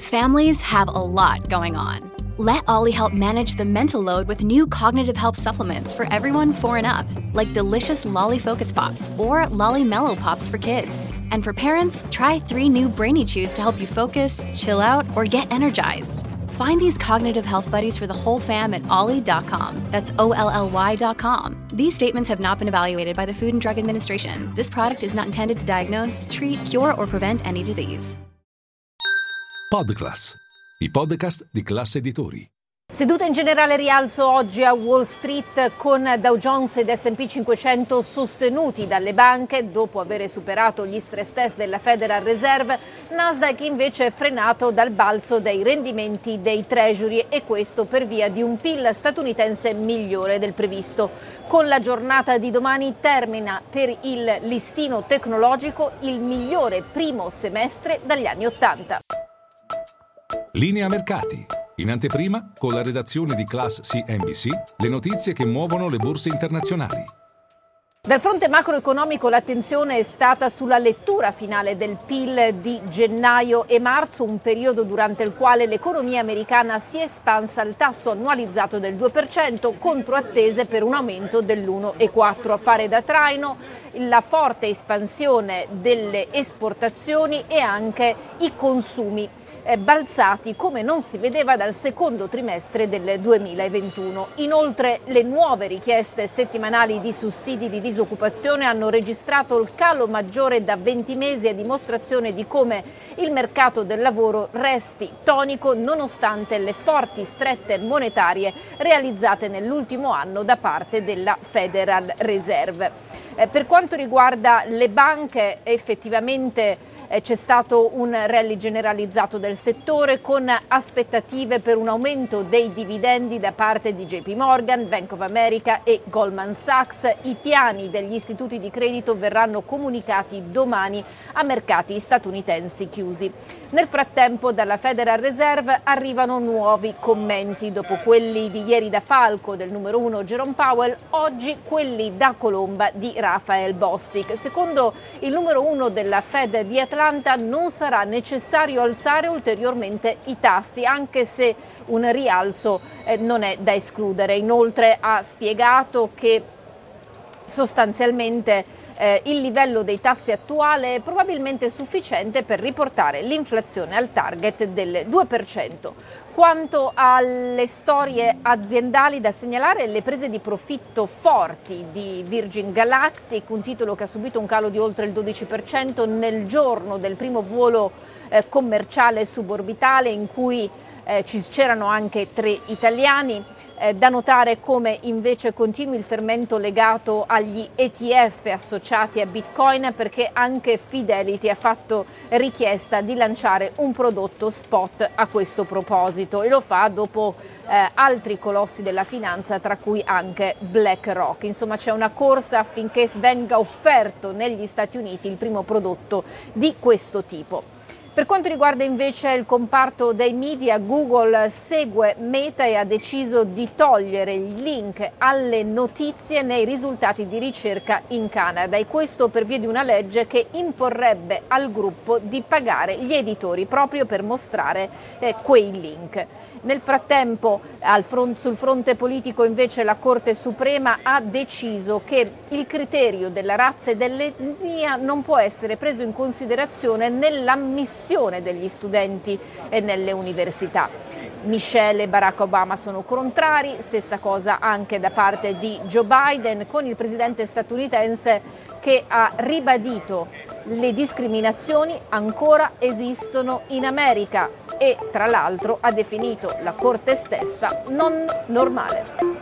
Families have a lot going on. Let Ollie help manage the mental load with new cognitive help supplements for everyone 4 and up, like delicious Lolly Focus Pops or Lolly Mellow Pops for kids. And for parents, try 3 new Brainy Chews to help you focus, chill out, or get energized. Find these cognitive health buddies for the whole fam at ollie.com. That's OLLY.com. These statements have not been evaluated by the Food and Drug Administration. This product is not intended to diagnose, treat, cure, or prevent any disease. Podclass, i podcast di Class Editori. Seduta in generale rialzo oggi a Wall Street con Dow Jones ed S&P 500 sostenuti dalle banche dopo aver superato gli stress test della Federal Reserve. Nasdaq invece è frenato dal balzo dei rendimenti dei Treasury e questo per via di un PIL statunitense migliore del previsto. Con la giornata di domani termina per il listino tecnologico il migliore primo semestre dagli anni '80. Linea mercati. In anteprima, con la redazione di Class CNBC, le notizie che muovono le borse internazionali. Dal fronte macroeconomico l'attenzione è stata sulla lettura finale del PIL di gennaio e marzo, un periodo durante il quale l'economia americana si è espansa al tasso annualizzato del 2% contro attese per un aumento dell'1,4%. A fare da traino la forte espansione delle esportazioni e anche i consumi balzati come non si vedeva dal secondo trimestre del 2021. Inoltre le nuove richieste settimanali di sussidi di disoccupazione hanno registrato il calo maggiore da 20 mesi a dimostrazione di come il mercato del lavoro resti tonico nonostante le forti strette monetarie realizzate nell'ultimo anno da parte della Federal Reserve. Per quanto riguarda le banche, effettivamente c'è stato un rally generalizzato del settore con aspettative per un aumento dei dividendi da parte di JP Morgan, Bank of America e Goldman Sachs. I piani degli istituti di credito verranno comunicati domani a mercati statunitensi chiusi. Nel frattempo dalla Federal Reserve arrivano nuovi commenti. Dopo quelli di ieri da Falco del numero 1 Jerome Powell, oggi quelli da Colomba di Raphael Bostic. Secondo il numero 1 della Fed di Atlanta non sarà necessario alzare ulteriormente i tassi, anche se un rialzo non è da escludere. Inoltre ha spiegato che sostanzialmente il livello dei tassi attuale è probabilmente sufficiente per riportare l'inflazione al target del 2%. Quanto alle storie aziendali da segnalare, le prese di profitto forti di Virgin Galactic, un titolo che ha subito un calo di oltre il 12% nel giorno del primo volo commerciale suborbitale in cui c'erano anche 3 italiani. Da notare come invece continui il fermento legato agli ETF associati a Bitcoin, perché anche Fidelity ha fatto richiesta di lanciare un prodotto spot a questo proposito e lo fa dopo altri colossi della finanza, tra cui anche BlackRock. Insomma, c'è una corsa affinché venga offerto negli Stati Uniti il primo prodotto di questo tipo. Per quanto riguarda invece il comparto dei media, Google segue Meta e ha deciso di togliere il link alle notizie nei risultati di ricerca in Canada, e questo per via di una legge che imporrebbe al gruppo di pagare gli editori proprio per mostrare quei link. Nel frattempo, sul fronte politico invece la Corte Suprema ha deciso che il criterio della razza e dell'etnia non può essere preso in considerazione nell'ammissione degli studenti nelle università. Michelle e Barack Obama sono contrari, stessa cosa anche da parte di Joe Biden, con il presidente statunitense che ha ribadito le discriminazioni ancora esistono in America e tra l'altro ha definito la Corte stessa non normale.